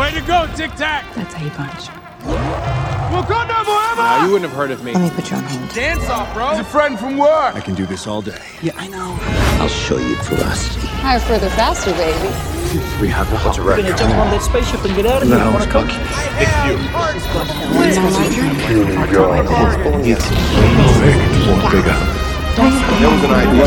Way to go, Tic Tac! That's how you punch. Wakanda forever! Now, you wouldn't have heard of me. Let me put you on hold. Dance off, bro! He's a friend from work! I can do this all day. Yeah, I know. I'll show you ferocity. Higher, further, faster, baby. We have the what's a record. We're gonna jump on that spaceship and get out of here. You wanna cook? There was an idea.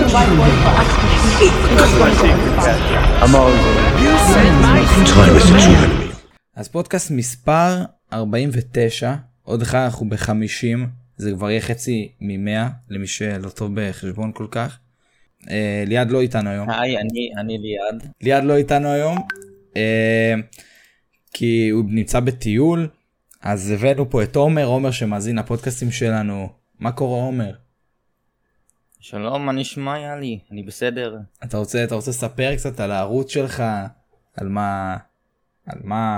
I'm all Time is a true enemy. אז פודקאסט מספר 49, עוד אחד אנחנו ב-50, זה כבר יהיה חצי מ-100, למי שלא טוב בחשבון כל כך. ליעד לא איתנו היום. היי, אני ליעד. ליעד לא איתנו היום, כי הוא נמצא בטיול, אז הבאנו פה את עומר שמאזין לפודקאסטים שלנו. מה קורה עומר? שלום, מה נשמע יאלי? אני בסדר. אתה רוצה לספר קצת על הערוץ שלך, על מה?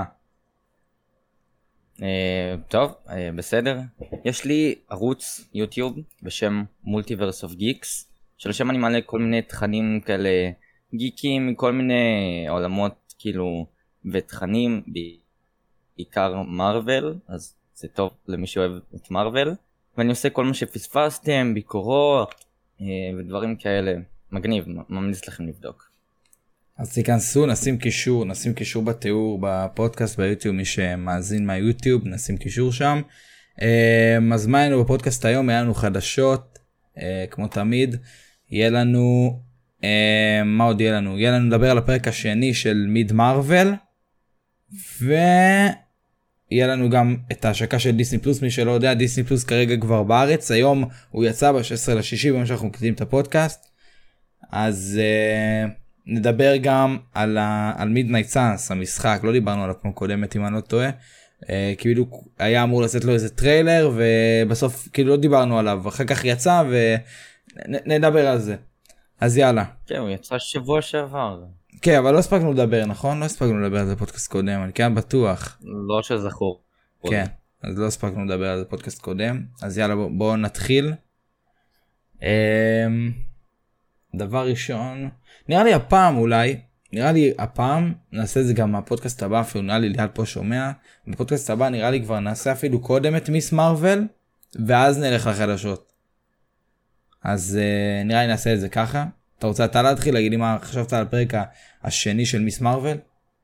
טוב, בסדר. יש לי ערוץ יוטיוב בשם Multiverse of Geeks, שלשם אני מעלה כל מיני תכנים כאלה גיקים מכל מיני עולמות כאילו ותכנים, בעיקר מרוול, אז זה טוב למי שאוהב את מרוול, ואני עושה כל מה שפספסתם, ביקורות ודברים כאלה. מגניב, ממליץ לכם לבדוק. אז תיכנסו, נשים קישור בתיאור בפודקאסט ביוטיוב, מי שמאזין מהיוטיוב, נשים קישור שם. אז מה היינו בפודקאסט היום? היה לנו חדשות, כמו תמיד. יהיה לנו, מה עוד יהיה לנו? יהיה לנו לדבר על הפרק השני של מיד מרוול, ויהיה לנו גם את ההשקה של דיסני פלוס. מי שלא יודע, דיסני פלוס כרגע כבר בארץ, היום הוא יצא ב-16/6 במה שאנחנו מקליטים את הפודקאסט. אז נדבר גם על מידנייט סאנס, המשחק, לא דיברנו עליו פעם קודמת אם אני לא טועה, כאילו היה אמור לצאת לו איזה טריילר, ובסוף כאילו לא דיברנו עליו, אחר כך יצא ונדבר על זה. אז יאללה. כן, הוא יצא שבוע שעבר. כן, אבל לא הספקנו לדבר, נכון? לא הספקנו לדבר על זה פודקאסט קודם, אני כן בטוח. לא שזכור. כן, אז לא הספקנו לדבר על זה פודקאסט קודם, אז יאללה בואו נתחיל. דבר ראשון, נראה לי הפעם נעשה את זה גם מהפודקאסט הבא, אפילו נראה לי ליד פה שומע, בפודקאסט הבא נראה לי כבר נעשה אפילו קודם את מיס מרוול, ואז נלך לחדשות. אז נראה לי נעשה את זה ככה. אתה רוצה להתחיל להגיד לי מה חשבת על הפרק השני של מיס מרוול?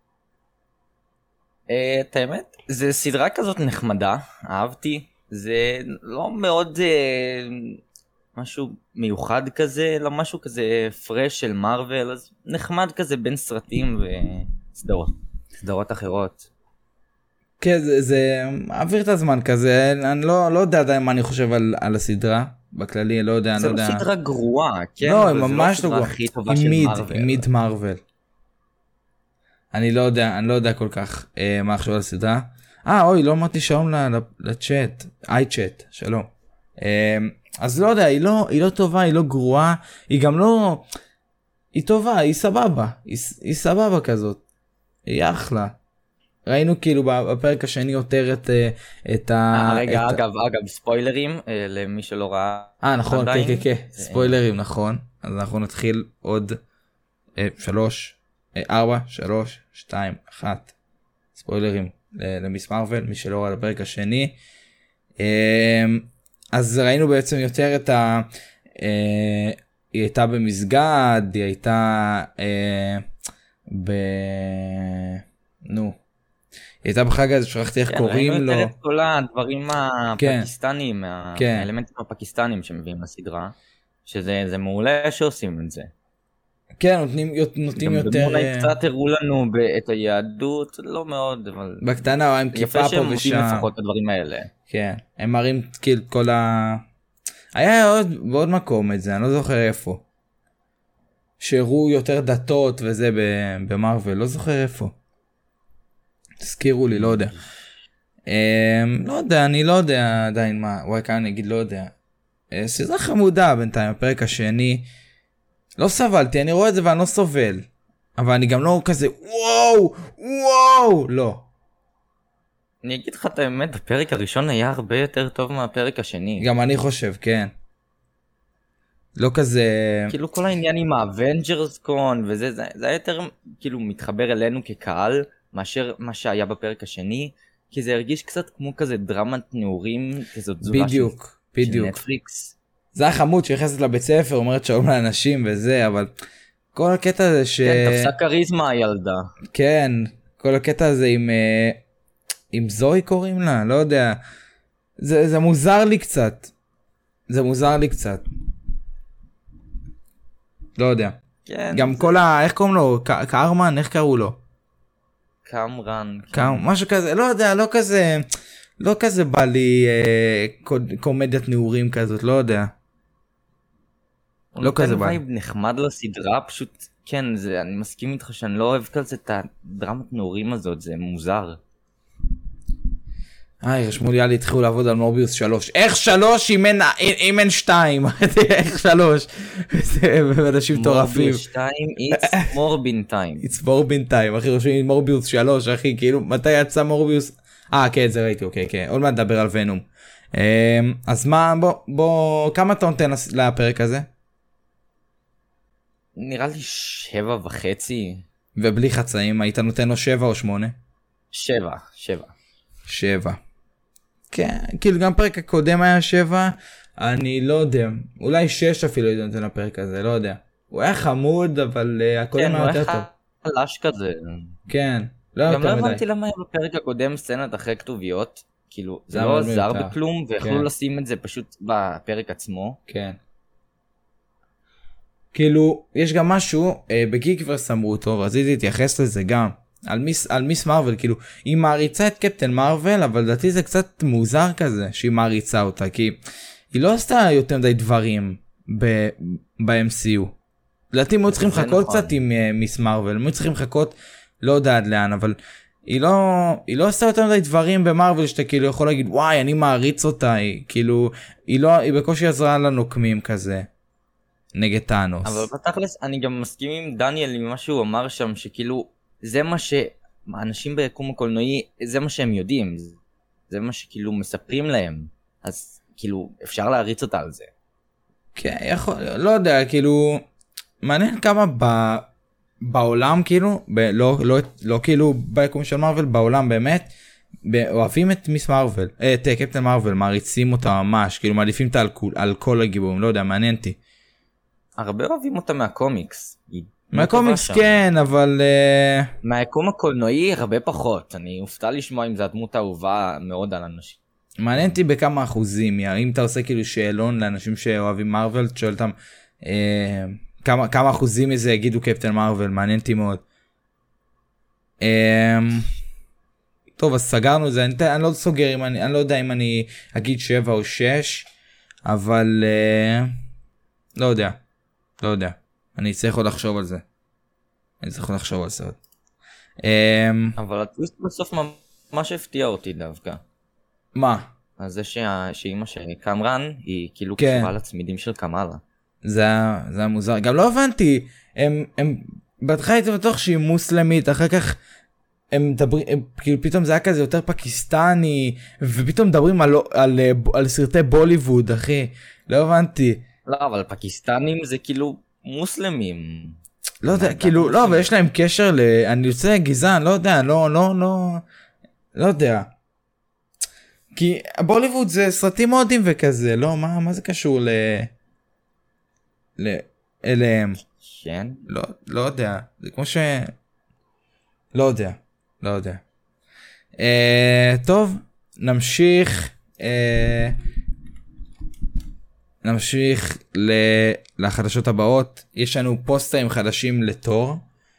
את האמת, זה סדרה כזאת נחמדה, אהבתי, זה לא מאוד משהו מיוחד כזה, לא משהו כזה פרש של מרוול, אז נחמד כזה בין סרטים וסדרות אחרות. כן, זה מעביר את הזמן כזה, אני לא יודע עדיין מה אני חושב על הסדרה, בכללי, לא יודע. זה לא סדרה גרועה, כן? לא, היא ממש לא גרועה, היא מיד מרוול. אני לא יודע כל כך מה עכשיו על הסדרה. אוי, לא אמרתי שלום לצ'אט, צ'אט, שלום. אז לא יודע, היא לא טובה, היא לא גרועה, היא גם לא, היא טובה, היא סבבה, היא סבבה כזאת, היא אחלה. ראינו כאילו בפרק השני יותר את רגע, אגב, ספוילרים, למי שלא ראה. נכון, כן, ספוילרים, נכון. אז אנחנו נתחיל עוד 3, 4, 3, 2, 1. ספוילרים למיס מרוול, מי שלא ראה בפרק השני. אז ראינו בעצם יותר את היא הייתה במסגד, היא הייתה היא הייתה בחג הזה, שכחתי איך קוראים לו. ראינו יותר את כל הדברים הפקיסטניים, האלמנטים הפקיסטניים שמביאים לסדרה, שזה מעולה שעושים את זה. כן, נותנים יותר. אולי קצת הראו לנו את היהדות, לא מאוד, אבל בקטנה, הם כיפה פה ושם. יפה שהם מוצאים לפחות את הדברים האלה. כן, הם מראים כאילו כל היה בעוד מקום את זה, אני לא זוכר איפה. שהראו יותר דתות וזה במרוול, לא זוכר איפה. תזכירו לי, לא יודע. אני לא יודע עדיין מה, כאן אני אגיד לא יודע. סדרה חמודה בינתיים, הפרק השני. לא סבלתי, אני רואה את זה ואני לא סובל. אבל אני גם לא כזה, וואו, לא. אני אגיד לך את האמת, הפרק הראשון היה הרבה יותר טוב מהפרק השני. גם אני חושב, כן. לא כזה... כאילו כל העניין עם האבנג'רס קון וזה, זה היה יותר כאילו מתחבר אלינו כקהל, מאשר מה שהיה בפרק השני, כי זה הרגיש קצת כמו כזה דרמת נעורים, כזאת תזובה בדיוק, של בדיוק. נטפליקס. זה החמוד שיחסת לבית ספר, אומרת שלום לאנשים וזה, אבל כל הקטע הזה כן, תפסה קריזמה הילדה. כן, כל הקטע הזה עם זוי קוראים לה, לא יודע. זה מוזר לי קצת. זה מוזר לי קצת. לא יודע. כן. גם כל איך קוראים לו? קארמן? איך קראו לו? קמרן. משהו כזה, לא יודע, לא כזה בא לי קומדיית נעורים כזאת, לא יודע. לא כזה בא. הוא נותן וייב נחמד לסדרה, פשוט, כן, אני מסכים איתך שאני לא אוהב כזה את הדרמת נעורים הזאת, זה מוזר. רשמו לי, יאללה, התחילו לעבוד על מורביוס 3. איך 3 אם אין 2? איך 3? אנשים מטורפים. מורביוס 2, it's more bin time. it's more bin time, אחי, רושמים מורביוס 3, אחי, כאילו, מתי יצא מורביוס? כן, זה ראיתי, אוקיי, עוד מעט נדבר על ונום. אז מה, בוא, כמה אתה נותן לפרק הזה? נראה לי 7.5. ובלי חצאים, היית נותן לו 7 או 8? 7. 7. כן, כאילו גם פרק הקודם היה 7, אני לא יודע, אולי 6 אפילו הייתי נותן לפרק הזה, לא יודע. הוא היה חמוד, אבל הקודם היה יותר טוב. כן, הוא היה חלש כזה. כן, לא יותר מדי. גם לא הבנתי למה היה בפרק הקודם סצנת אחרי כתוביות, כאילו זה לא עזר בכלום, ויכולו לשים את זה פשוט בפרק עצמו. כן. כאילו, יש גם משהו, בגיקברס אמרו אותו, רציתי להתייחס לזה גם. על מיס מרוול, כאילו, היא מעריצה את קפטן מרוול, אבל לדעתי זה קצת מוזר כזה, שהיא מעריצה אותה, כי היא לא עשתה יותר מדי דברים ב-MCU. לדעתי מאוד צריכים לחכות קצת עם מיס מרוול, מאוד צריכים לחכות, לא יודע עד לאן, אבל היא לא עשתה יותר מדי דברים במרוול, שאתה כאילו יכול להגיד, וואי, אני מעריץ אותה, היא בקושי עזרה לנוקמים כזה, נגד טאנוס. אבל בתכלס, אני גם מסכים עם דניאל, עם מה שהוא אמר שם, שכאילו, זה מה שאנשים ביקום הקולנועי, זה מה שהם יודעים, זה מה שכאילו מספרים להם, אז כאילו אפשר להריץ אותה על זה. כן, יכול, לא יודע, כאילו, מעניין כמה בעולם כאילו, לא כאילו ביקום של מרוול, בעולם באמת, אוהבים את מיס מרוול, את קפטן מרוול, מעריצים אותה ממש, כאילו מעדיפים אותה על כל הגיבורים, לא יודע, מעניין אותי. הרבה אוהבים אותה מהקומיקס. מהקומיקס כן, אבל מהיקום הקולנועי הרבה פחות. אני אופתע לשמוע אם זה הדמות האהובה מאוד על אנשים. מעניין אותי בכמה אחוזים, אם אתה עושה כאילו שאלון לאנשים שאוהבים מרוול, שואל אותם כמה אחוזים מזה יגידו קפטן מרוול, מעניין אותי מאוד. טוב, אז סגרנו את זה, אני לא סוגר, אני לא יודע אם אני אגיד 7 או 6, אבל לא יודע. אני צריך עוד לחשוב על זה. אבל הטוויסט בסוף ממש הפתיע אותי דווקא. מה? אז זה שאימא של קמרן היא כאילו קשורה לצמידים של קמאלה. זה מוזר. גם לא הבנתי, הם בהתחלה הייתי בטוח שהיא מוסלמית, אחר כך הם מדברים, כאילו פתאום זה היה כזה יותר פקיסטני, ופתאום מדברים על סרטי בוליווד, אחי. לא הבנתי. לא, אבל פקיסטנים זה כאילו מוסלמים. לא יודע, כאילו, לא, אבל יש להם קשר אני יוצא גזען, לא יודע, לא יודע. כי בוליווד זה סרטים מודים וכזה, לא, מה זה קשור אליהם? כן? לא יודע, זה כמו לא יודע. טוב, נמשיך לחדשות הבאות. יש לנו פוסטרים חדשים לתור.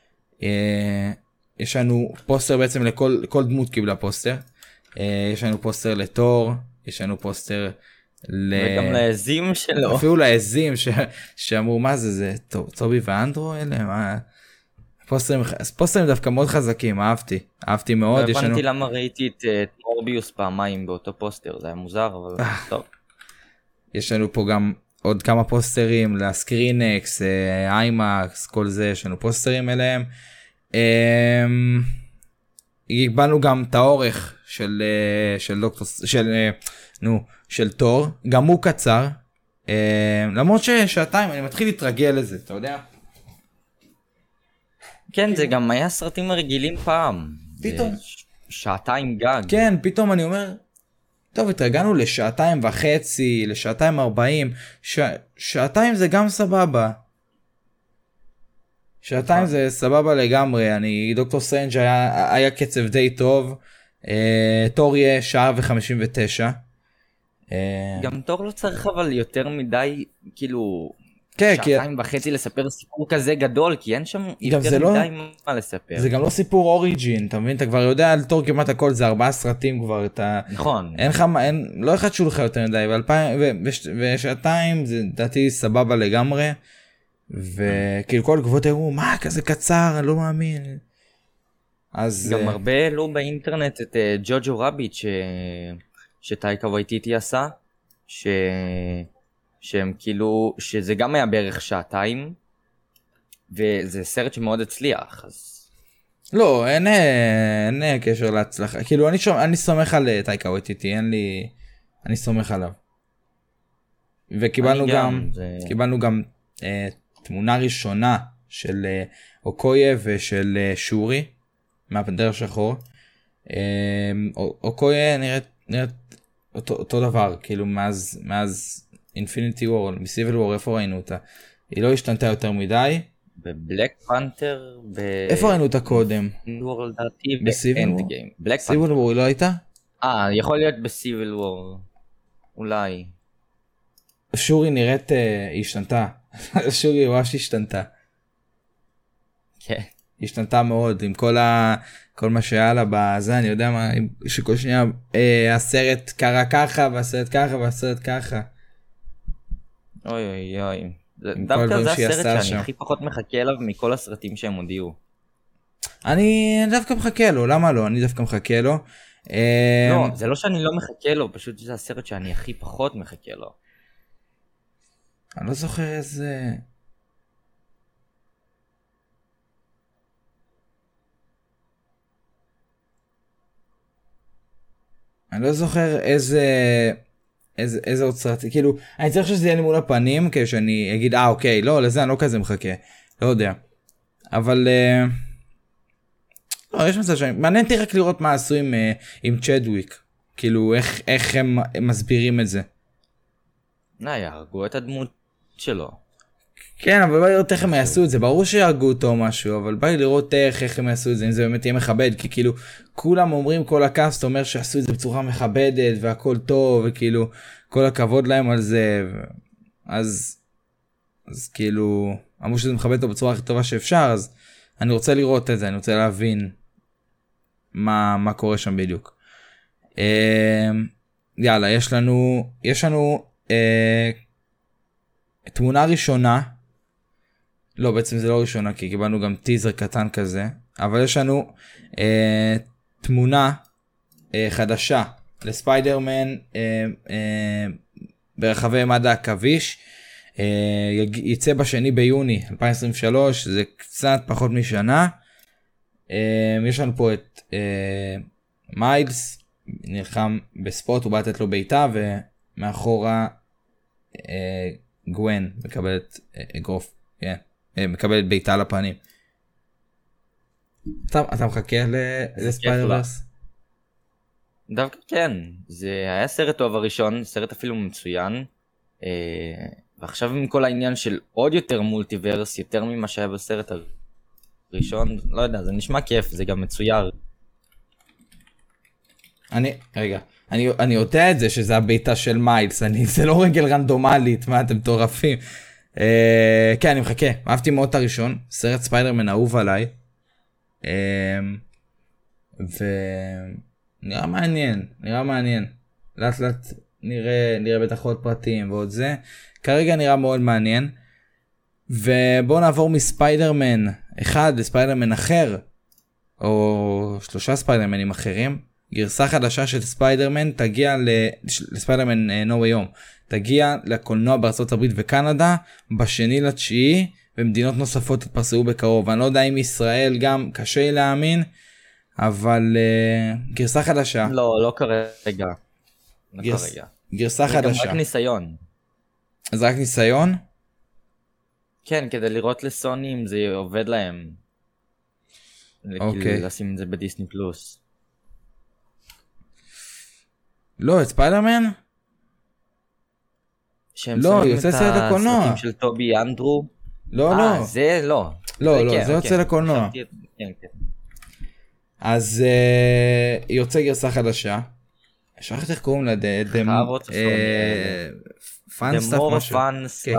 יש לנו פוסטר בעצם לכל דמות קיבלה פוסטר. יש לנו פוסטר לתור, יש לנו פוסטר וגם לעזים שלו. אפילו לעזים שאמרו מה זה טובי ואנדרו אלה, פוסטרים דווקא מאוד חזקים, אהבתי מאוד. לא הבנתי למה ראיתי את מורביוס פעמיים באותו פוסטר, זה היה מוזר, אבל טוב. יש לנו פה גם עוד כמה פוסטרים לסקרינקס, איימקס, כל זה, יש לנו פוסטרים אליהם. קיבלנו גם את האורך של תור, גם הוא קצר, למרות ששעתיים, אני מתחיל להתרגל לזה, אתה יודע? כן, זה גם היה סרטים הרגילים פעם. פתאום, שעתיים גג. כן, פתאום אני אומר, טוב, התרגלנו לשעתיים וחצי, לשעתיים 40, שעתיים זה גם סבבה. שעתיים זה סבבה לגמרי, דוקטור סטרנג' היה קצב די טוב, תור יהיה שעה ו59. גם תור לא צריך אבל יותר מדי, כאילו, כן, שעתיים וחצי לספר סיפור כזה גדול, כי אין שם יותר מדי מה לספר. זה גם לא סיפור אוריג'ין, אתה מבין? אתה כבר יודע על תור כמעט הכל, זה 4 סרטים כבר, נכון. אין לך, לא יחדשו לך יותר מדי, ושעתיים זה דעתי סבבה לגמרי, וכאילו כל תגובות הראו, מה כזה קצר, אני לא מאמין. אז גם הרבה העלו באינטרנט את ג'וג'ו רביט שטייקה וייטיטי עשה, שהם כאילו, שזה גם היה בערך שעתיים, וזה סרט שמאוד הצליח, אז... לא, אין קשר להצלחה, כאילו אני סומך על טייקה וייטיטי, אני סומך עליו. וקיבלנו גם תמונה ראשונה של אוקויה ושל שורי, מהפנתר השחור. אוקויה נראית אותו דבר, כאילו מאז אינפיניטי וור, מסיביל וור, איפה ראינו אותה? היא לא השתנתה יותר מדי. בבלק פנתר, איפה ראינו אותה קודם? בסיביל וור? בסיביל וור היא לא הייתה? יכול להיות בסיביל וור, אולי. שורי נראית, היא השתנתה. שורי ממש השתנתה. כן. היא השתנתה מאוד עם כל מה שהיה לה בזה, אני יודע מה, שכל שנייה הסרט קרה ככה והסרט ככה והסרט ככה. אוי אוי אוי. דווקא זה הסרט שאני הכי פחות מחכה אליו מכל הסרטים שהם הודיעו. אני דווקא מחכה לו, למה לא? אני דווקא מחכה לו. לא, זה לא שאני לא מחכה לו, פשוט זה הסרט שאני הכי פחות מחכה לו. אני לא זוכר איזה... אני לא זוכר איזה עוד סרט, כאילו, אני צריך שזה יהיה לי מול הפנים, כדי שאני אגיד, אוקיי, לא, לזה אני לא כזה מחכה, לא יודע. אבל, לא, יש מצב שאני, מעניין אותי רק לראות מה עשו עם צ'דוויק, כאילו, איך הם מסבירים את זה. יהרגו את הדמות שלו. כן, אבל בא לראות איך הם יעשו את זה, ברור שיהרגו אותו או משהו, אבל בא לראות איך הם יעשו את זה, אם זה באמת יהיה מכבד, כי כאילו, כולם אומרים, כל הקאסט אומר שעשו את זה בצורה מכבדת, והכל טוב, וכאילו, כל הכבוד להם על זה, אז כאילו, אמרו שזה מכבד אותו בצורה הכי טובה שאפשר, אז אני רוצה לראות את זה, אני רוצה להבין מה קורה שם בדיוק. יאללה, יש לנו תמונה ראשונה, לא, בעצם זה לא ראשונה, כי קיבלנו גם טיזר קטן כזה, אבל יש לנו תמונה חדשה לספיידרמן ברחבי מדע עכביש, יצא ב2 ביוני 2023, זה קצת פחות משנה. יש לנו פה את מיילס, נלחם בספוט, הוא בא לתת לו ביתה, ומאחורה גוון מקבלת אגרוף, כן, מקבלת ביתה לפנים. אתה מחכה לספיידרברס? דווקא כן, זה היה סרט טוב הראשון, סרט אפילו מצוין, ועכשיו עם כל העניין של עוד יותר מולטיברס, יותר ממה שהיה בסרט הראשון, לא יודע, זה נשמע כיף, זה גם מצויר. אני יודע את זה שזה הביתה של מיילס, זה לא רגל רנדומלית, מה אתם מטורפים. כן, אני מחכה, אהבתי מאוד את הראשון, סרט ספיידרמן אהוב עליי, ונראה מעניין, לאט לאט נראה בטח עוד פרטים ועוד זה, כרגע נראה מאוד מעניין, ובואו נעבור מספיידרמן אחד לספיידרמן אחר, או 3 ספיידרמנים אחרים. גרסה חדשה של ספיידרמן תגיע לספיידרמן No Way Home, תגיע לקולנוע בארצות הברית וקנדה ב2/9, ומדינות נוספות תתפרסמו בקרוב. אני לא יודע אם ישראל גם, קשה להאמין, אבל גרסה חדשה. לא כרגע. גרסה חדשה. רק ניסיון. אז רק ניסיון? כן, כדי לראות לסוני אם זה עובד להם. אוקיי. לשים את זה בדיסני פלוס. לא, את ספיידרמן? שהם לא, שמים יוצא את סרט הקולנוע. הסרטים של טובי אנדרו. לא, לא. זה לא. לא, כן, זה יוצא לקולנוע. כן. אז יוצא גרסה חדשה. שכחתי איך קוראים לה, פאנסטאפ משהו. כן.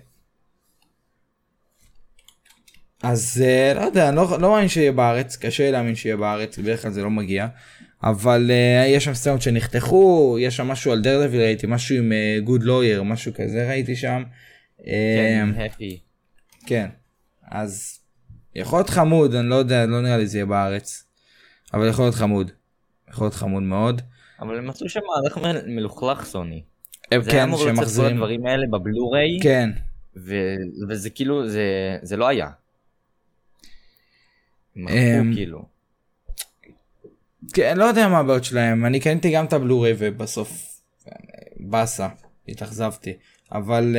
אז לא יודע, לא מאמין שיהיה בארץ, קשה להאמין שיהיה בארץ, בדרך כלל זה לא מגיע. אבל יש שם סצנות שנחתכו, יש שם משהו על דרדוויל, ראיתי משהו עם גוד לויר, משהו כזה ראיתי שם. כן, הפי. כן, אז יכול להיות חמוד, אני לא יודע, לא נראה לי זה יהיה בארץ, אבל יכול להיות חמוד מאוד. אבל הם מצאו שם מהלך מלוכלך סוני. כן, זה היה אמור לצאת כל הדברים האלה בבלוריי, כן. וזה כאילו, זה לא היה. מחקו כאילו. כן, לא יודע מה הבעיות שלהם, אני קניתי גם את הבלוריי ובסוף בסה, התאכזבתי, אבל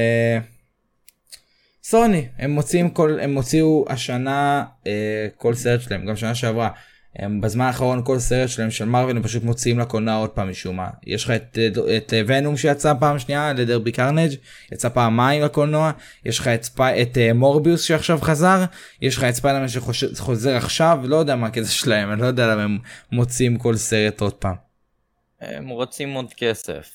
סוני, הם הוציאו השנה כל סרט שלהם, גם שנה שעברה, בזמן האחרון כל סרט שלהם של מרוול הם פשוט מוציאים לקולנוע עוד פעם משום מה. יש לך את ונום שיצא פעם שנייה לדרבי קרנג', יצא פעמיים לקולנוע, יש לך את מורביוס שעכשיו חזר, יש לך את ספיידרמן שחוזר עכשיו, לא יודע מה הקטע שלהם, אני לא יודע למה הם מוציאים כל סרט עוד פעם. הם רוצים עוד כסף.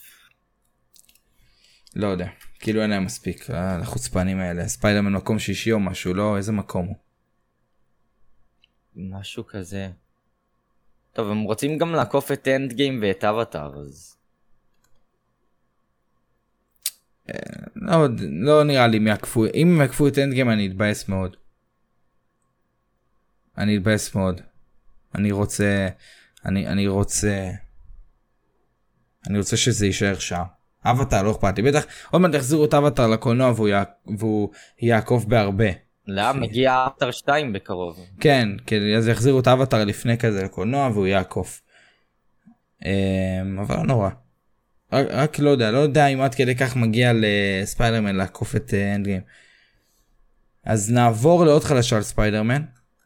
לא יודע, כאילו אין להם מספיק לחוצפנים האלה. ספיידרמן מקום שישי או משהו, לא, איזה מקום הוא? משהו כזה. טוב, הם רוצים גם לעקוף את אנד גיים ואת אבטאר, אז... לא נראה לי מי עקפו. אם הם עקפו את אנד גיים אני אתבאס מאוד. אני רוצה שזה יישאר שם. אבטאר לא אכפת לי. בטח עוד מעט יחזירו את אבטאר לקולנוע והוא יעקוף בהרבה. לא, מגיע אבטאר 2 בקרוב. כן, אז יחזירו את אבטאר לפני כזה לקולנוע והוא יעקוף. אבל לא נורא. רק לא יודע אם עד כדי כך מגיע לספיידרמן לעקוף את אנד גיים. אז נעבור לעוד חדשה על ספיידרמן.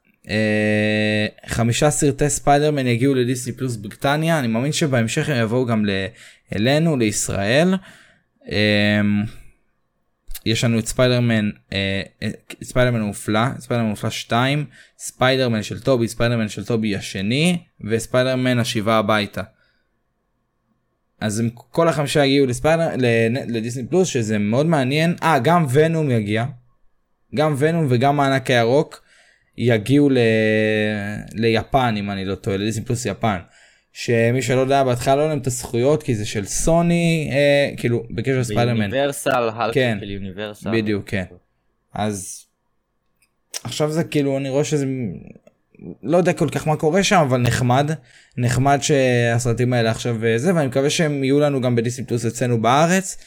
5 סרטי ספיידרמן יגיעו לדיסני פלוס בריטניה, אני מאמין שבהמשך הם יבואו גם אלינו, לישראל. יש לנו את ספיידרמן מופלא, ספיידרמן מופלא 2, ספיידרמן של טובי השני, וספיידרמן השיבה הביתה. אז כל החמישה יגיעו לדיסני פלוס, שזה מאוד מעניין. גם ונום יגיע, גם ונום וגם הענק הירוק יגיעו ליפן, אם אני לא טועה, לדיסני פלוס יפן. שמי שלא יודע, בהתחלה לא להם את הזכויות, כי זה של סוני, כאילו, בקשר לספיידרמן. ביוניברסל, כן, של יוניברסל. בדיוק, כן. אז עכשיו זה כאילו, אני רואה שזה, לא יודע כל כך מה קורה שם, אבל נחמד שהסרטים האלה עכשיו זה, ואני מקווה שהם יהיו לנו גם בדיסני פלוס אצלנו בארץ.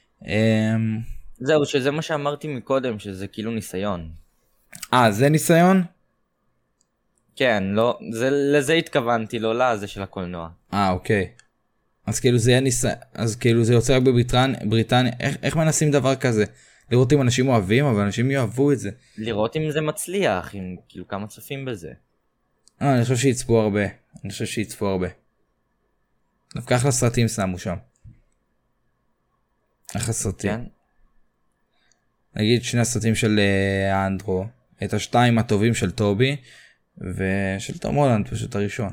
זהו, שזה מה שאמרתי מקודם, שזה כאילו ניסיון. זה ניסיון? כן, לא, לזה התכוונתי, לא לזה של הקולנוע. אוקיי. אז כאילו זה אז כאילו זה יוצא רק בבריטניה, איך מנסים דבר כזה? לראות אם אנשים אוהבים, אבל אנשים יאהבו את זה. לראות אם זה מצליח, אם כאילו כמה צופים בזה. אני חושב שיצפו הרבה. דווקא אחלה סרטים שמו שם. אחלה סרטים. כן. נגיד שני הסרטים של אנדרו, את השתיים הטובים של טובי, ושל תום הולנד פשוט הראשון.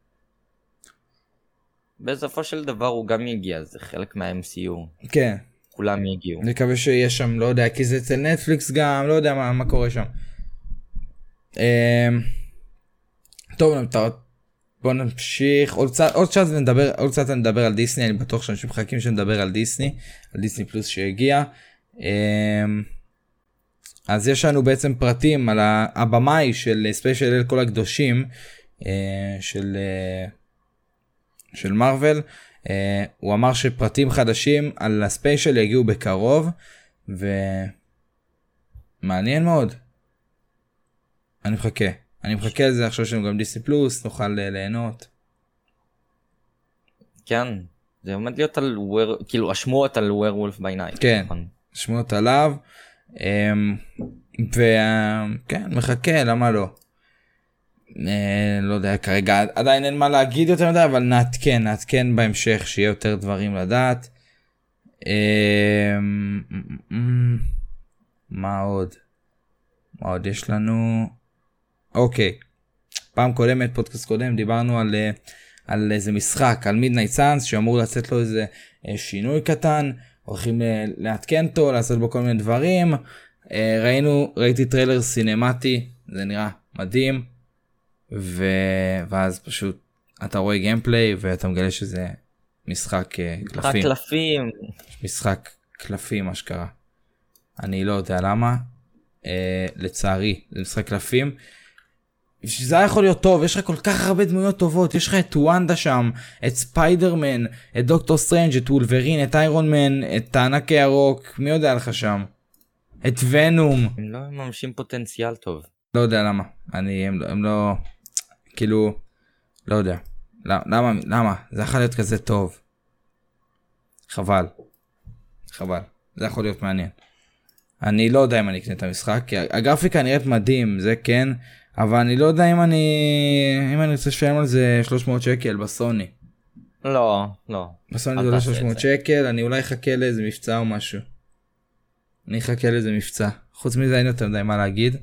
בסופו של דבר הוא גם יגיע, זה חלק מה-MCU. כן. כולם יגיעו. אני מקווה שיש שם, לא יודע, כי זה אצל נטפליקס גם, לא יודע מה קורה שם. טוב, בוא נמשיך. עוד קצת נדבר על דיסני, אני בטוח שאנשים מחכים שנדבר על דיסני פלוס שהגיע. אז יש לנו בעצם פרטים על הבמאי של ספיישל אל כל הקדושים של מרוול. הוא אמר שפרטים חדשים על הספיישל יגיעו בקרוב, ומעניין מאוד. אני מחכה לזה. עכשיו שיש לנו גם דיסני פלוס, נוכל ליהנות. כן, זה עומד להיות על כאילו השמועות על Werewolf by Night. כן, השמועות עליו. וכן, מחכה, למה לא? לא יודע, כרגע עדיין אין מה להגיד יותר מדי, אבל נעדכן בהמשך שיהיה יותר דברים לדעת. מה עוד יש לנו? אוקיי, פעם קודמת, פודקאסט קודם, דיברנו על איזה משחק, על Midnight Suns, שאמור לצאת לו איזה שינוי קטן, הולכים לעדכן אותו, לעשות בו כל מיני דברים. ראיתי טריילר סינמטי, זה נראה מדהים, ואז פשוט אתה רואה גיימפליי ואתה מגלה שזה משחק קלפים. משחק קלפים, מה שקרה. אני לא יודע למה. לצערי, זה משחק קלפים. זה היה יכול להיות טוב, יש לך כל כך הרבה דמויות טובות, יש לך את וונדה שם, את ספיידרמן, את דוקטור סטרנג', את וולברין, את איירון מן, את הענק הירוק, מי יודע לך שם? את ונום. הם לא ממשים פוטנציאל טוב. לא יודע למה, הם לא, כאילו, לא יודע. למה? זה יכול להיות כזה טוב. חבל. זה יכול להיות מעניין. אני לא יודע אם אני אקנה את המשחק, כי הגרפיקה נראית מדהים, זה כן, אבל אני לא יודע אם אני רוצה לשלם על זה 300 שקל בסוני. לא. בסוני זה עולה 300 שקל, אני אולי אחכה לאיזה מבצע או משהו. חוץ מזה אין יותר די מה להגיד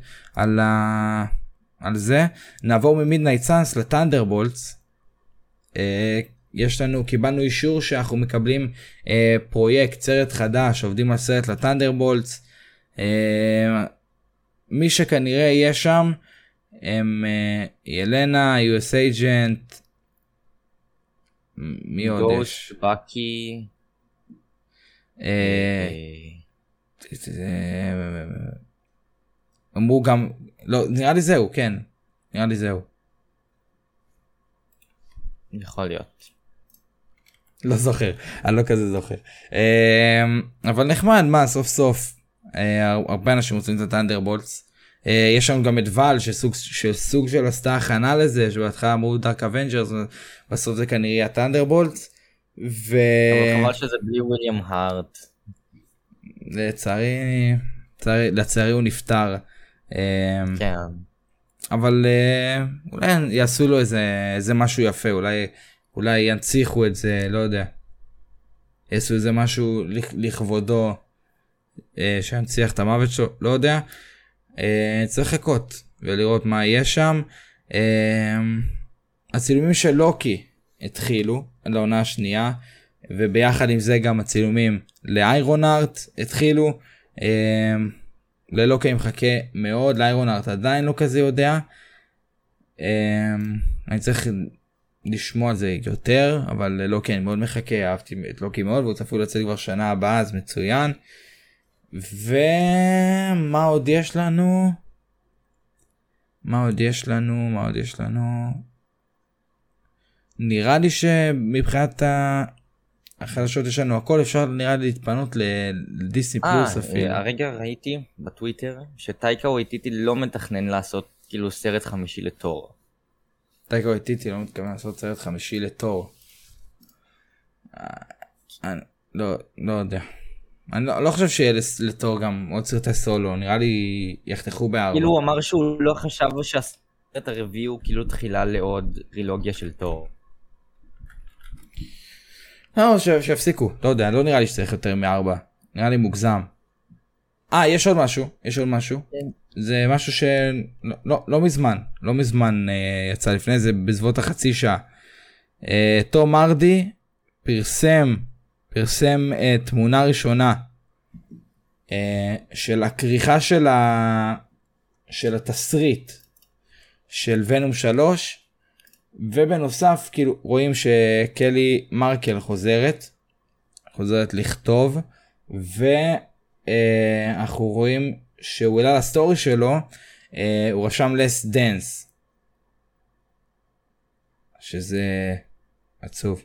על זה. נעבור ממידנייט סאנס לטנדרבולטס. קיבלנו אישור שאנחנו מקבלים פרויקט, סרט חדש, עובדים על סרט לטנדרבולטס. מי שכנראה יהיה שם הם ילנה, US Agent, מי עוד יש? גוש, בקי, אמרו גם, לא, נראה לי זהו, כן, יכול להיות. לא זוכר, אני לא כזה זוכר. אבל נחמד, מה, סוף סוף, הרבה אנשים רוצים את הטנדרבולטס. יש לנו גם את ואל, שסוג של עשתה הכנה לזה, שבהתחלה אמרו דארק אבנג'רס, בסוף זה כנראה הטנדרבולטס. אבל חבל שזה בלי וויליאם הארט. לצערי הוא נפטר. כן. אבל אולי יעשו לו איזה משהו יפה, אולי ינציחו את זה, לא יודע. יעשו איזה משהו לכבודו, שינציח את המוות שלו, לא יודע. צריך לחכות ולראות מה יהיה שם. הצילומים של לוקי התחילו לעונה השנייה, וביחד עם זה גם הצילומים לאיירון הארט התחילו. ללוקי מחכה מאוד, לאיירון הארט עדיין לא כזה יודע. אני צריך לשמוע על זה יותר, אבל ללוקי אני מאוד מחכה, אהבתי את לוקי מאוד, והוא צפוי לצאת כבר שנה הבאה, אז מצוין. ומה עוד יש לנו? נראה לי שמבחינת החדשות יש לנו הכל, אפשר נראה לי להתפנות לדיסני פלוס אפילו. הרגע ראיתי בטוויטר שטייקה וויטיטי לא מתכנן לעשות כאילו סרט חמישי לתור. טייקה וויטיטי לא מתכוון לעשות סרט חמישי לתור. אני לא יודע. אני לא חושב שיהיה לתור גם עוד סרטי סולו, נראה לי יחתכו בארבע. כאילו הוא אמר שהוא לא חשב שהסרט הרביעי הוא כאילו תחילה לעוד טרילוגיה של תור. לא, שיפסיקו, לא יודע, לא נראה לי שצריך יותר מ4, נראה לי מוגזם. יש עוד משהו. זה משהו שלא מזמן יצא לפני זה, בסביבות החצי שעה. תום הרדי פרסם תמונה ראשונה של הכריכה של התסריט של ונום 3, ובנוסף כאילו רואים שקלי מרקל חוזרת לכתוב, ואנחנו רואים שהוא העלה לסטורי שלו, הוא רשם less dance, שזה עצוב.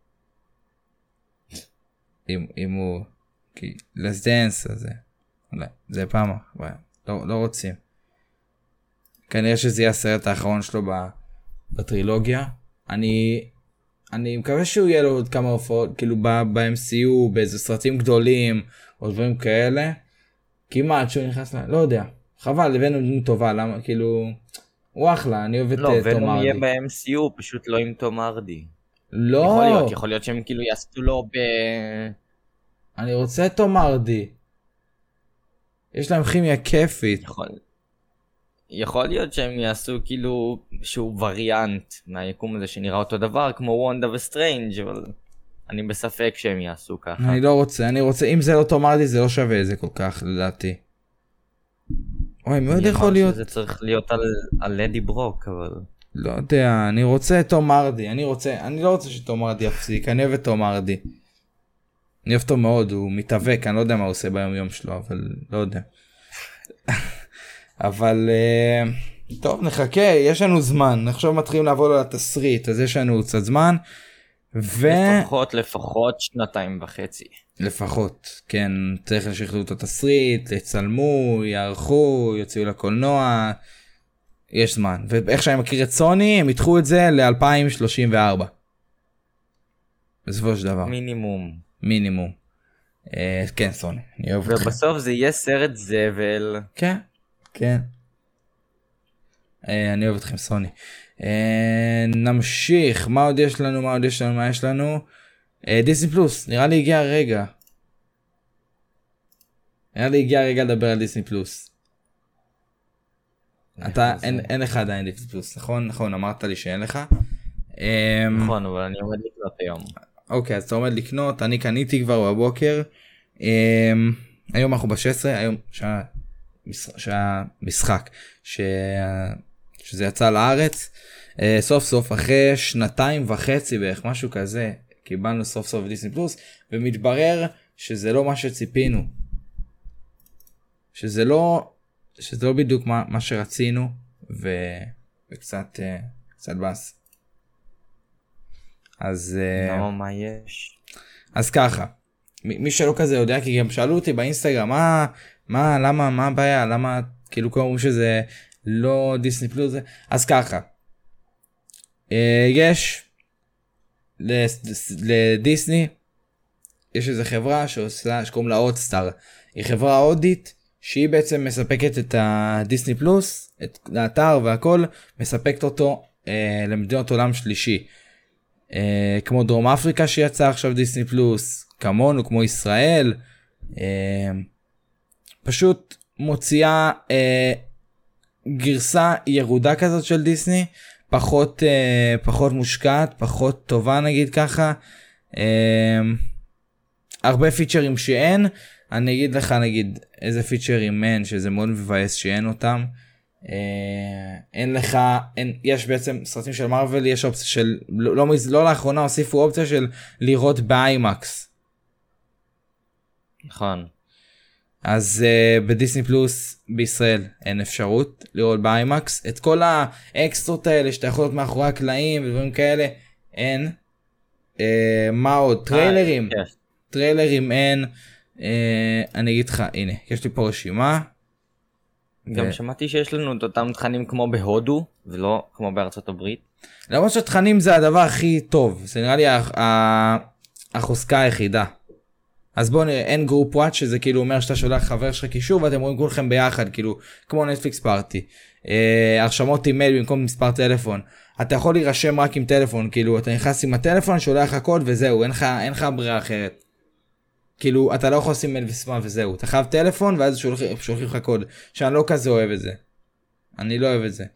אם הוא less dance, אז זה פעם, לא רוצים. כנראה שזה יהיה הסרט האחרון שלו בטרילוגיה. אני מקווה שהוא יהיה לו עוד כמה הופעות, כאילו ב-MCU, באיזה סרטים גדולים, או דברים כאלה. כמעט שהוא נכנס לא יודע. חבל, הבאנו דמות טובה, למה, כאילו, הוא אחלה, אני אוהב את לא, תום ונום הרדי. יהיה ב-MCU, פשוט לא עם תום הרדי. לא, יכול להיות שהם כאילו יעשו לו אני רוצה את תום הרדי. יש להם כימיה כיפית. יכול להיות שהם יעשו כאילו שהוא וריאנט מהיקום הזה שנראה אותו דבר, כמו וונדה וסטרנג', אבל אני בספק שהם יעשו ככה. אני לא רוצה, אם זה לא תום הרדי זה לא שווה את זה כל כך לדעתי. אוי, מאוד יכול להיות. זה צריך להיות על לדי ברוק, אבל... לא יודע, אני רוצה את תום הרדי, אני לא רוצה שתום הרדי יפסיק, אני אוהב את תום הרדי. אני אוהב אותו מאוד, הוא מתאבק, אני לא יודע מה הוא עושה ביום יום שלו, אבל לא יודע. אבל טוב, נחכה, יש לנו זמן, עכשיו מתחילים לעבוד על התסריט, אז יש לנו קצת זמן. לפחות 2.5 שנים. לפחות, כן, צריך לשחררו את התסריט, לצלמו, יערכו, יוציאו לקולנוע, יש זמן. ואיך שאני מכיר את סוני, הם ידחו את זה ל-2034. בסופו של דבר. מינימום. כן, סוני, אני אוהב אותך. ובסוף זה יהיה סרט זבל. כן. אני אוהב אתכם, סוני. נמשיך, מה עוד יש לנו? דיסני פלוס, נראה לי הגיע הרגע לדבר על דיסני פלוס. אתה, אין לך עדיין דיסני פלוס, נכון, אמרת לי שאין לך. נכון, אבל אני עומד לקנות היום. אוקיי, אז אתה עומד לקנות, אני קניתי כבר בבוקר. היום אנחנו ב-16, היום שהמשחק שזה יצא לארץ, סוף סוף אחרי 2.5 בערך, משהו כזה, קיבלנו סוף סוף דיסני פלוס, ומתברר שזה לא מה שציפינו, שזה לא בדיוק מה שרצינו, וקצת בס. אז מה יש? אז ככה, מי שלא כזה יודע, כי גם שאלו אותי באינסטגרם, מה הבעיה, למה כאילו קוראים שזה לא דיסני פלוס, אז ככה, יש לדיסני, יש איזו חברה שקוראים לה הוטסטאר, היא חברה הודית, שהיא בעצם מספקת את הדיסני פלוס, את האתר והכל, מספקת אותו למדינות עולם שלישי, כמו דרום אפריקה שיצא עכשיו דיסני פלוס, כמונו, כמו ישראל, פשוט מוציאה גרסה ירודה כזאת של דיסני, פחות מושקעת, פחות טובה נגיד ככה, הרבה פיצ'רים שאין, אני אגיד לך נגיד איזה פיצ'רים אין, שזה מאוד מבאס שאין אותם, אין לך, יש בעצם סרטים של מרוול, יש אופציה של, לא לאחרונה הוסיפו אופציה של לראות באיימקס. נכון. אז בדיסני פלוס בישראל אין אפשרות לראות באיימקס, את כל האקסטרות האלה שאתה יכול להיות מאחורי הקלעים ודברים כאלה, אין. מה עוד? טריילרים אין. אני אגיד לך, הנה, יש לי פה רשימה. גם שמעתי שיש לנו את אותם תכנים כמו בהודו, ולא כמו בארצות הברית. למרות שתכנים זה הדבר הכי טוב, זה נראה לי החוזקה היחידה. אז בואו נראה, אין גרופ וואט, שזה כאילו אומר שאתה שולח חבר שלך קישור, ואתם רואים כולכם ביחד, כאילו, כמו נטפליקס פארטי. הרשמות אימייל במקום מספר טלפון. אתה יכול להירשם רק עם טלפון, כאילו, אתה נכנס עם הטלפון, שולח לך קוד וזהו, אין לך ברירה אחרת. כאילו, אתה לא יכול לשים מייל וסיסמה וזהו. אתה חייב טלפון, ואז שולחים לך קוד. שאני לא כזה אוהב את זה. אני לא אוהב את זה.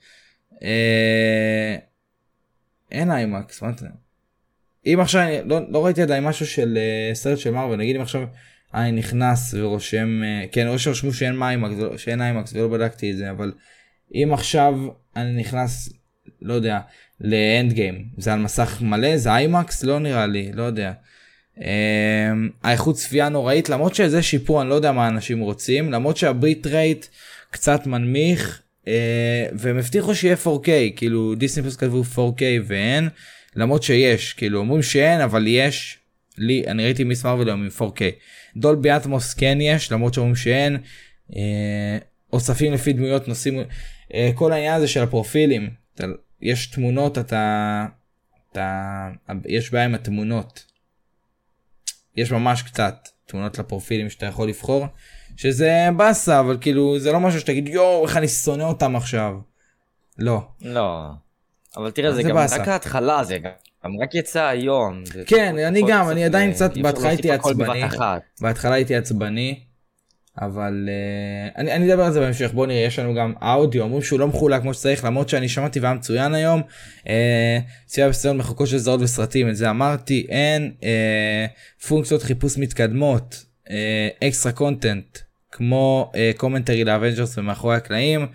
אין איימקס, מה אתה... אם עכשיו, לא ראיתי עדיין משהו של סרט של מרוול, נגיד אם עכשיו אני נכנס ורושם, כן, או שרשמו שאין איימקס ולא בדקתי את זה, אבל אם עכשיו אני נכנס, לא יודע, לאנד גיים, זה על מסך מלא, זה איימקס? לא נראה לי, לא יודע. האיכות צפייה נוראית, למרות שזה שיפור, אני לא יודע מה אנשים רוצים, למרות שהביט רייט קצת מנמיך, והם הבטיחו שיהיה 4K, כאילו דיסני פלוס כתבו 4K ואין, למרות שיש, כאילו אומרים שאין, אבל יש, אני ראיתי מיס מרוול עם 4K. דולבי אטמוס כן יש, למרות שאומרים שאין, אוספים לפי דמויות, נושאים, כל העניין הזה של הפרופילים, יש תמונות, יש בעיה עם התמונות, יש ממש קצת תמונות לפרופילים שאתה יכול לבחור, שזה בסה, אבל כאילו זה לא משהו שתגיד, יואו, איך אני שונא אותם עכשיו. לא. לא. אבל תראה, זה זה גם באסה. רק ההתחלה, זה גם רק יצא היום. כן, אני גם, אני עדיין קצת, אי אפשר בהתחלה הייתי להוסיף הכל עצבני. בבת אחת. בהתחלה הייתי עצבני, אבל אני אדבר על זה בהמשך. בוא נראה, יש לנו גם אודיו, אומרים שהוא לא מחולק כמו שצריך, למרות שאני שמעתי והיה מצוין היום. צפייה בסרטון מחלקות של סדרות וסרטים, את זה אמרתי, אין פונקציות חיפוש מתקדמות, אקסטרה קונטנט, כמו קומנטרי לאבנג'רס ומאחורי הקלעים,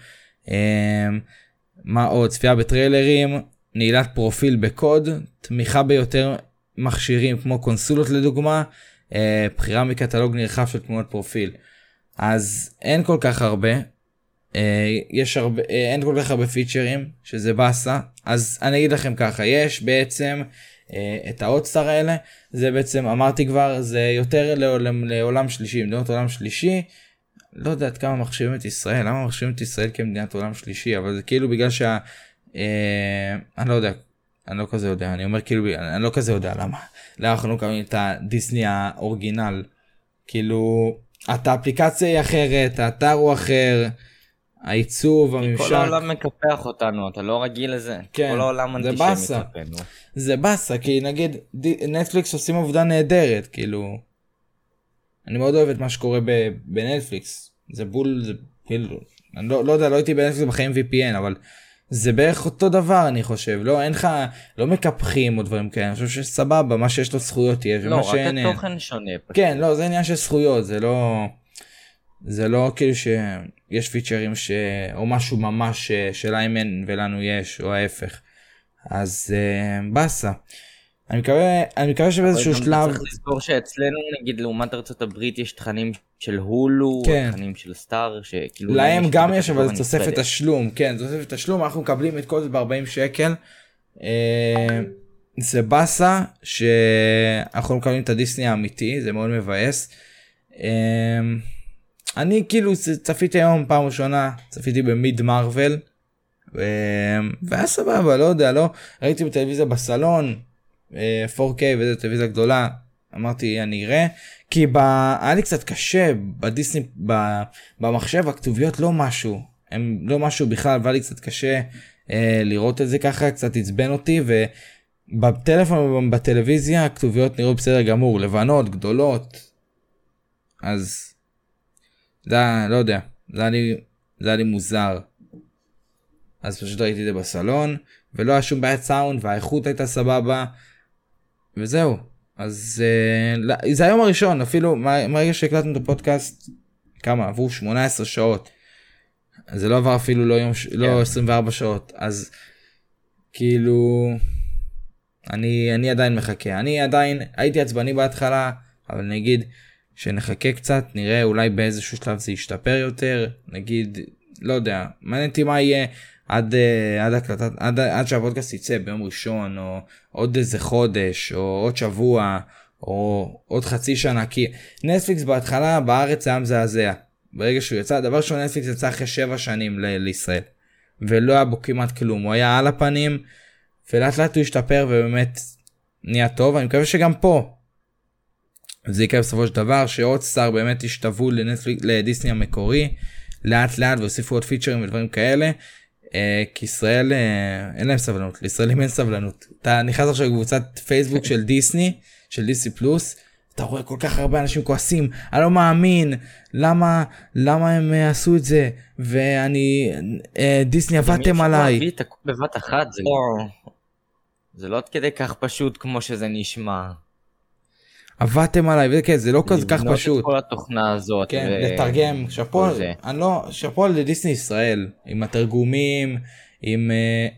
מה עוד, צפייה בטריילרים, נעילת פרופיל בקוד, תמיכה ביותר מכשירים כמו קונסולות לדוגמה, בחירה מקטלוג נרחב של תמונות פרופיל. אז אין כל כך הרבה, אין כל כך הרבה פיצ'רים, שזה באסה. אז אני אגיד לכם ככה, יש בעצם את האודסטאר האלה, זה בעצם אמרתי כבר, זה יותר לעולם שלישי, מדינות עולם שלישי, לא יודעת כמה מחשיבים את ישראל, למה מחשיבים את ישראל כמדינת עולם שלישי, אבל זה כאילו בגלל אני לא יודע, אני לא כזה יודע, אני אומר כאילו, אני לא כזה יודע למה אנחנו לא מקבלים את הדיסני האורגינל, כאילו, את האפליקציה היא אחרת, האתר הוא אחר, העיצוב, הממשק. כל העולם מקפח אותנו, אתה לא רגיל לזה. כן, כל העולם אנטישמי כלפינו. זה באסה, כי נגיד נטפליקס עושים עבודה נהדרת, כאילו, אני מאוד אוהב את מה שקורה בנטפליקס, זה בול, זה כאילו, אני לא יודע, לא הייתי בנטפליקס בחיים VPN, אבל זה בערך אותו דבר אני חושב, לא, אין לך, לא מקפחים או דברים כאלה, אני חושב שסבבה, מה שיש לו זכויות יש, לא, רק התוכן שונה. כן, לא, זה עניין של זכויות, זה לא כאילו שיש פיצ'רים או משהו ממש שלהם אין ולנו יש, או ההפך. אז בסה. אני מקווה שבאיזשהו שלב... צריך לזכור שאצלנו, נגיד, לעומת ארצות הברית, יש תכנים של הולו, כן. תכנים של סטאר, שכאילו... להם גם יש, אבל זה תוספת תשלום. כן, זה תוספת תשלום, אנחנו מקבלים את כל זה ב-40 שקל. זה בסה שאנחנו מקבלים את הדיסני האמיתי, זה מאוד מבאס. אני כאילו צפיתי היום פעם ראשונה, צפיתי במיד מרוול, והיה סבבה, לא יודע, לא, ראיתי בטלוויזיה בסלון, 4K וזו טלוויזיה גדולה, אמרתי אני אראה, כי היה לי קצת קשה בדיסני, במחשב הכתוביות לא משהו, הם לא משהו בכלל, והיה לי קצת קשה לראות את זה ככה, קצת עצבן אותי, ובטלפון ובטלוויזיה הכתוביות נראו בסדר גמור, לבנות, גדולות, אז זה, לא יודע, זה היה לי מוזר. אז פשוט ראיתי את זה בסלון, ולא היה שום בעיית סאונד, והאיכות הייתה סבבה, וזהו. אז זה היום הראשון, אפילו מהרגע שהקלטנו את הפודקאסט, כמה? עברו 18 שעות. זה לא עבר אפילו לא 24 שעות, אז כאילו, אני עדיין מחכה. אני עדיין, הייתי עצבני בהתחלה, אבל נגיד, שנחכה קצת, נראה אולי באיזשהו שלב זה ישתפר יותר, נגיד, לא יודע, מעניין אותי מה יהיה עד שהפודקאסט יצא ביום ראשון, או עוד איזה חודש, או עוד שבוע, או עוד חצי שנה, כי נטפליקס בהתחלה בארץ היה מזעזע, ברגע שהוא יצא, דבר שהוא נטפליקס יצא אחרי 7 שנים לישראל, ולא היה בו כמעט כלום, הוא היה על הפנים, ולאט לאט הוא ישתפר, ובאמת נהיה טוב, אני מקווה שגם פה, זה יקרה בסופו של דבר, שהודסטאר באמת ישתוו לדיסני המקורי, לאט לאט, והוסיפו עוד פיצ'רים ודברים כאלה, כי ישראל אין להם סבלנות, לישראלים אין סבלנות. אתה נכנס עכשיו לקבוצת פייסבוק של דיסני, של דיסני פלוס, אתה רואה כל כך הרבה אנשים כועסים, אני לא מאמין, למה הם עשו את זה, ואני, דיסני עבדתם עליי. להביא את הכל בבת אחת, זה לא עד כדי כך פשוט כמו שזה נשמע. עבדתם עליי, וכן, זה לא כל כך פשוט. לבנות את כל התוכנה הזאת. כן, לתרגם, שפו לדיסני ישראל, עם התרגומים, עם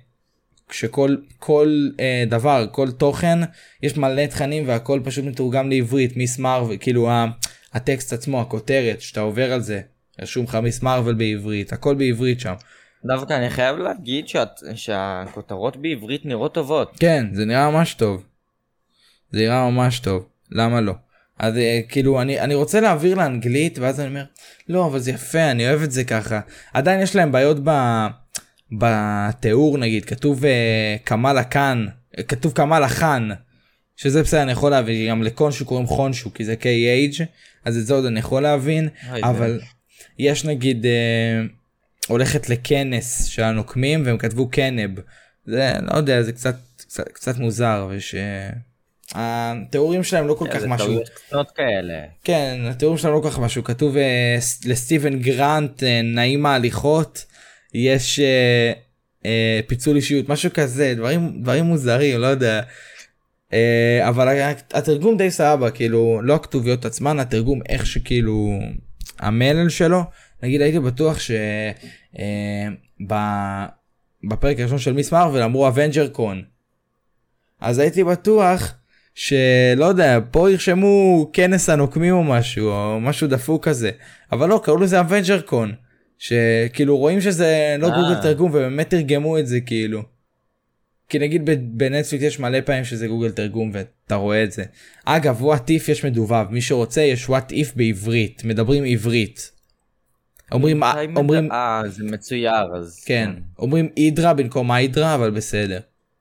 שכל דבר, כל תוכן, יש מלא תכנים והכל פשוט מתורגם לעברית, מיס מרוול, כאילו הטקסט עצמו, הכותרת, שאתה עובר על זה, רשום לך מיס מרוול בעברית, הכל בעברית שם. דווקא אני חייב להגיד שהכותרות בעברית נראות טובות. כן, זה נראה ממש טוב. זה נראה ממש טוב. למה לא? אז כאילו אני רוצה להעביר לאנגלית, ואז אני אומר, לא, אבל זה יפה, אני אוהב את זה ככה. עדיין יש להם בעיות בתיאור, נגיד, כתוב קמאלה קאן, כתוב קמאלה חאן, שזה בסדר, אני יכול להבין, גם לקונשו קוראים חונשו, כי זה KH, אז את זה עוד אני יכול להבין, אבל יש נגיד, הולכת לכנס של הנוקמים, והם כתבו קנב. זה, לא יודע, זה קצת מוזר, התיאורים שלהם לא כל כך משהו. זה טעויות קטנות כאלה. כן, התיאורים שלהם לא כל כך משהו. כתוב לסטיבן גרנט, נעים ההליכות, יש פיצול אישיות, משהו כזה, דברים מוזרים, לא יודע. אבל התרגום די סבבה, כאילו, לא הכתוביות עצמן, התרגום איך שכאילו, המלל שלו, נגיד הייתי בטוח בפרק הראשון של מיס מרוול אמרו אבנג'ר קון. אז הייתי בטוח שלא יודע, פה ירשמו כנס הנוקמים או משהו דפוק כזה. אבל לא, קראו לזה אבנג'ר קון. שכאילו רואים שזה לא גוגל תרגום ובאמת תרגמו את זה כאילו. כי נגיד בנטפליקס יש מלא פעמים שזה גוגל תרגום ואתה רואה את זה. אגב, what if יש מדובב. מי שרוצה יש what if בעברית. מדברים עברית. אומרים זה מצויר אז כן, אומרים אידרה במקום היידרה, אבל בסדר.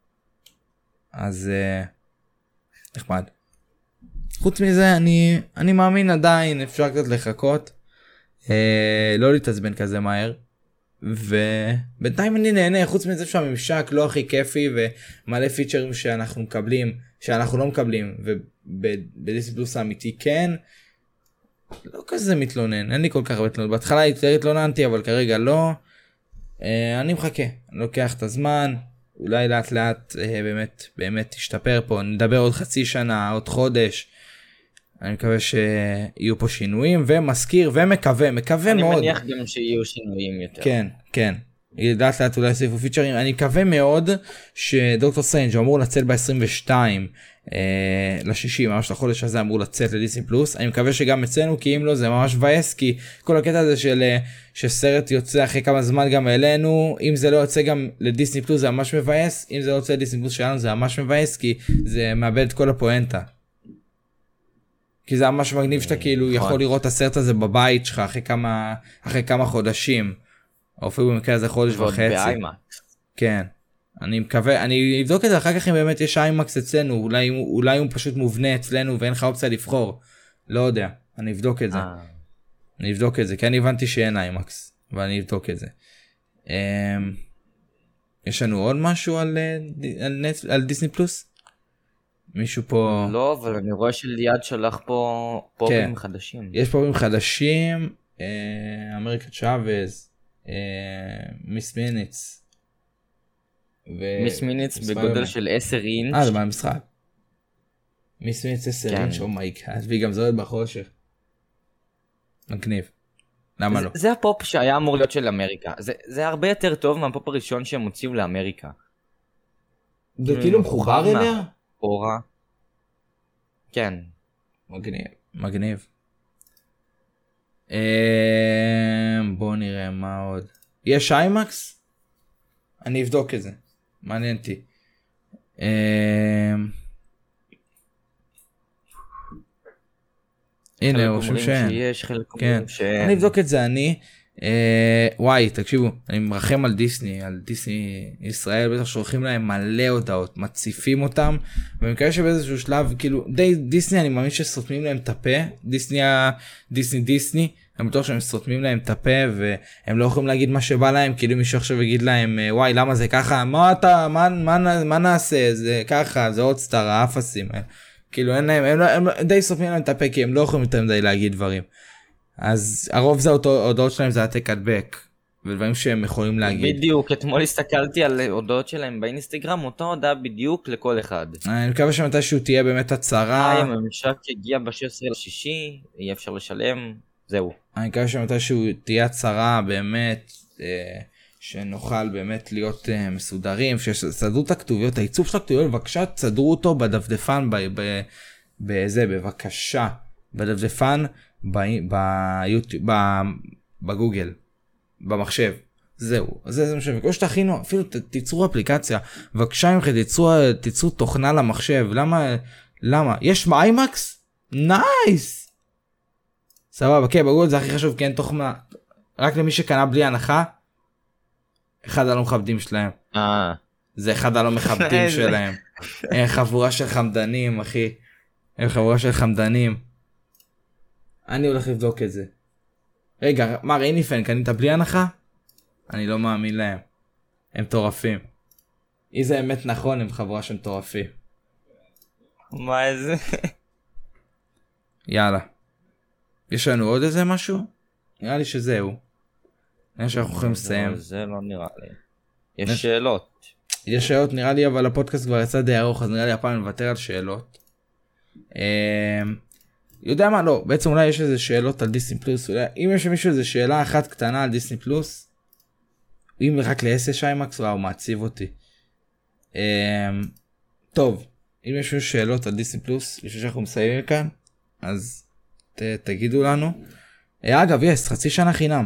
אז נחמד. חוץ מזה אני מאמין עדיין אפשר קצת לחכות, לא להתעצבן כזה מהר, ובינתיים אני נהנה. חוץ מזה שהממשק לא הכי כיפי ומלא פיצ'רים שאנחנו לא מקבלים, ובדיסני פלוס האמיתי כן, לא כזה מתלונן, אין לי כל כך הרבה תלונות. בהתחלה יותר התלוננתי, אבל כרגע לא. אני מחכה, אני לוקח את הזמן, אולי לאט לאט באמת תשתפר פה, נדבר עוד חצי שנה, עוד חודש. אני מקווה שיהיו פה שינויים, ומזכיר ומקווה מאוד. אני מניח גם שיהיו שינויים יותר. כן. לאט לאט אולי יוסיפו פיצ'רים. אני מקווה מאוד שדוקטור סטרנג' אמור לצאת ב-22 ל-60, ממש לחודש הזה אמור לצאת לדיסני פלוס. אני מקווה שגם אצלנו, כי אם לא זה ממש מבאס, כי כל הקטע הזה שסרט יוצא אחרי כמה זמן גם אלינו, אם זה לא יוצא גם לדיסני פלוס זה ממש מבאס, אם זה לא יוצא לדיסני פלוס שלנו זה ממש מבאס, כי זה מאבד את כל הפואנטה. כי זה ממש מגניב שאתה כאילו יכול לראות את הסרט הזה בבית שלך אחרי כמה חודשים, או אפילו במקרה הזה חודש וחצי. כן. אני מקווה, אני אבדוק את זה אחר כך אם באמת יש איימקס אצלנו, אולי הוא פשוט מובנה אצלנו ואין לך אופציה לבחור. לא יודע, אני אבדוק את זה. כי אני הבנתי שאין איימקס, אבל אני אבדוק את זה. יש לנו עוד משהו על דיסני פלוס? מישהו פה... לא, אבל אני רואה שליד שלח פה פופים חדשים. יש פופים חדשים, אמריקה צ'אבז, מיס מיניץ. מיס מיניץ בגודל של 10 אינץ'. זה מהמשחק. מיס מיניץ 10 אינץ', אומייגאד, והיא גם זוהרת בחושך. מגניב. למה לא? זה הפופ שהיה אמור להיות של אמריקה. זה הרבה יותר טוב מהפופ הראשון שהם הוציאו לאמריקה. זה כאילו מחובר אליה? אורה. כן. מגניב. בואו נראה מה עוד. יש איימקס? אני אבדוק את זה. מעניין אותי. הנה, רושם שאין. אני אבדוק את זה, וואי, תקשיבו, אני מרחם על דיסני ישראל, בטח שולחים להם מלא הודעות, מציפים אותם, ואני מקווה שבאיזשהו שלב, כאילו, דיסני, אני מאמין שסותמים להם את הפה, דיסני, אני בטוח שהם סותמים להם את הפה, והם לא יכולים להגיד מה שבא להם, כאילו מישהו עכשיו יגיד להם, וואי, למה זה ככה, מה נעשה, זה ככה, זה עוד סטאר, האפסים, כאילו, הם די סותמים להם את הפה, כי הם לא יכולים יותר מדי להגיד דברים. אז הרוב זה הודעות שלהם זה העתק הדבק, ודברים שהם יכולים להגיד. בדיוק, אתמול הסתכלתי על הודעות שלהם באינסטגרם, אותה הודעה בדיוק לכל אחד. אני מקווה שמתישהו תהיה באמת הצהרה. הממשק הגיע ב-16/6, יהיה אפשר לשלם, זהו. אני מקווה שמתישהו תהיה הצהרה באמת, שנוכל באמת להיות מסודרים, שסדרו את הכתוביות, העיצוב של הכתוביות, בבקשה תסדרו אותו בדפדפן, בבקשה, בדפדפן, ביוטיוב, בגוגל, במחשב, זהו, זה משהו, וכמו שתכינו, אפילו תיצרו אפליקציה, בבקשה ממך, תיצרו תוכנה למחשב, למה? יש איימקס? נייס! סבבה, כן, בגוגל זה הכי חשוב, כן, תוכנה, רק למי שקנה בלי הנחה, אחד הלא מכבדים שלהם. זה אחד הלא מכבדים שלהם. חבורה של חמדנים, אחי. חבורה של חמדנים. אני הולך לבדוק את זה. רגע, מה, רייניפן, קנית בלי הנחה? אני לא מאמין להם. הם מטורפים. אם זה באמת נכון, הם חבורה שהם מטורפים. מה איזה? יאללה. יש לנו עוד איזה משהו? נראה לי שזהו. נראה שאנחנו יכולים לסיים. זה לא נראה לי. יש שאלות. יש שאלות נראה לי, אבל הפודקאסט כבר יצא די ארוך, אז נראה לי הפעם נוותר על שאלות. יודע מה? לא. בעצם אולי יש איזה שאלות על דיסני פלוס. אם יש למישהו איזה שאלה אחת קטנה על דיסני פלוס, אם רק ל-SH IMAX, וואו, מעציב אותי. טוב. אם יש שאלות על דיסני פלוס, לפני שאנחנו מסיימים כאן, אז תגידו לנו. אגב, חצי שנה חינם.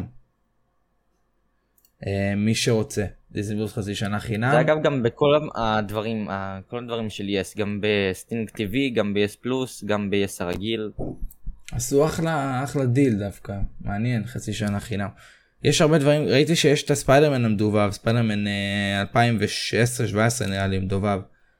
מי שרוצה. דיסני פלוס חצי שנה חינם. זה אגב גם בכל הדברים, כל הדברים של יס, גם בסטינג TV, גם ב-YES פלוס, גם ב-YES הרגיל. עשו אחלה דיל דווקא. מעניין, חצי שנה חינם. יש הרבה דברים, ראיתי שיש את הספיידרמן המדובב, ספיידרמן 2016-2017 נראה לי מדובב.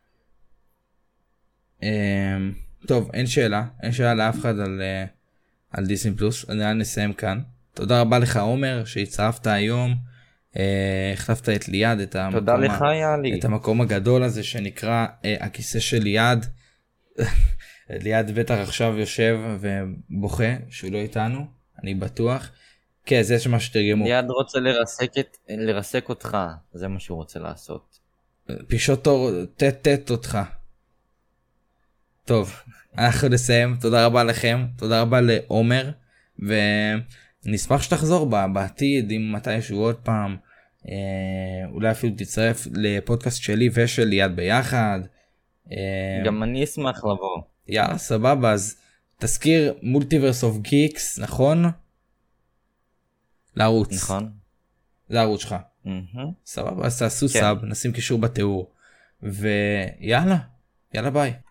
טוב, אין שאלה לאף אחד על דיסני פלוס, נראה נסיים כאן. תודה רבה לך עומר שהצטרפת היום, החלפת את ליעד, את המקום הגדול הזה שנקרא הכיסא של ליעד. ליעד בטח עכשיו יושב ובוכה שהוא לא איתנו, אני בטוח. כן, זה מה שתרגמו. ליעד רוצה לרסק אותך, זה מה שהוא רוצה לעשות. פישוטו תת אותך. טוב, אנחנו נסיים. תודה רבה לכם, תודה רבה לעומר, ונשמח שתחזור בעתיד, אם מתישהו עוד פעם, אולי אפילו תצטרף לפודקאסט שלי ושל ליעד ביחד. גם אני אשמח לבוא. יאללה, סבבה, אז תזכיר מולטיברס אוף גיקס, נכון? לערוץ. נכון. זה הערוץ שלך. סבבה, אז תעשו סאב, נשים קישור בתיאור, ויאללה, ביי.